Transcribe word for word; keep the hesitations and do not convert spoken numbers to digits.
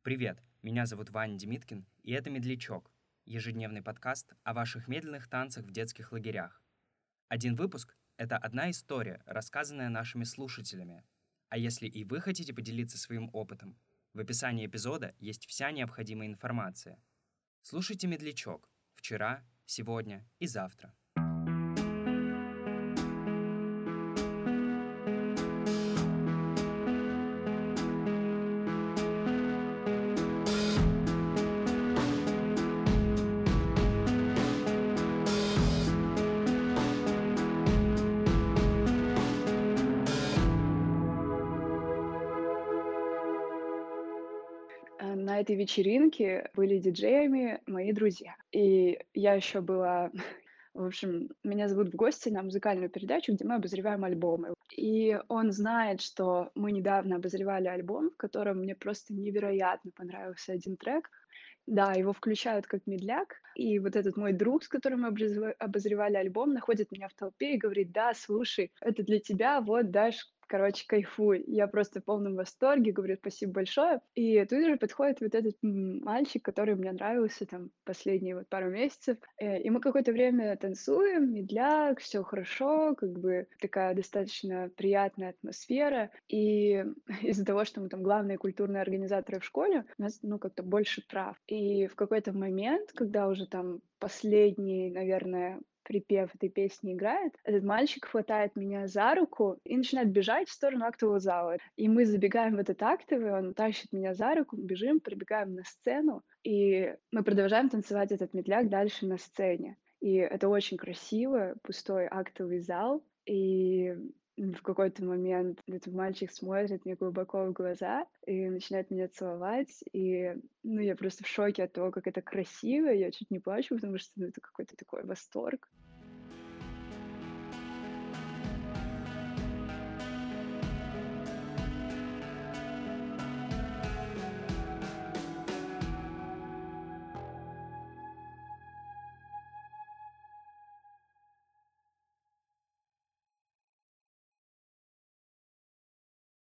Привет, меня зовут Ваня Демиткин, и это «Медлячок» — ежедневный подкаст о ваших медленных танцах в детских лагерях. Один выпуск — это одна история, рассказанная нашими слушателями. А если и вы хотите поделиться своим опытом, в описании эпизода есть вся необходимая информация. Слушайте «Медлячок» вчера, сегодня и завтра. Э, на этой вечеринке были диджеями мои друзья. И я еще была в общем, меня зовут в гости на музыкальную передачу, где мы обозреваем альбомы. И он знает, что мы недавно обозревали альбом, в котором мне просто невероятно понравился один трек. Да, его включают как медляк, и вот этот мой друг, с которым мы обрезва обозревали альбом, находит меня в толпе и говорит: "Да, слушай, это для тебя, вот, дашь, короче, кайфуй". Я просто в полном восторге, говорю: "Спасибо большое". И тут же подходит вот этот, м, мальчик, который мне нравился там последние вот пару месяцев. Э, и мы какое-то время танцуем, медляк, все хорошо, как бы такая достаточно приятная атмосфера. И из-за того, что мы там главные культурные организаторы в школе, у нас, ну, как-то больше прав. И в какой-то момент, когда уже там последний, наверное, припев этой песни играет, этот мальчик хватает меня за руку и начинает бежать в сторону актового зала. И мы забегаем в этот актовый, он тащит меня за руку, бежим, прибегаем на сцену, и мы продолжаем танцевать этот медляк дальше на сцене. И это очень красиво, пустой актовый зал. И в какой-то момент этот мальчик смотрит мне глубоко в глаза и начинает меня целовать. И, ну, я просто в шоке от того, как это красиво. Я чуть не плачу, потому что, ну, это какой-то такой восторг.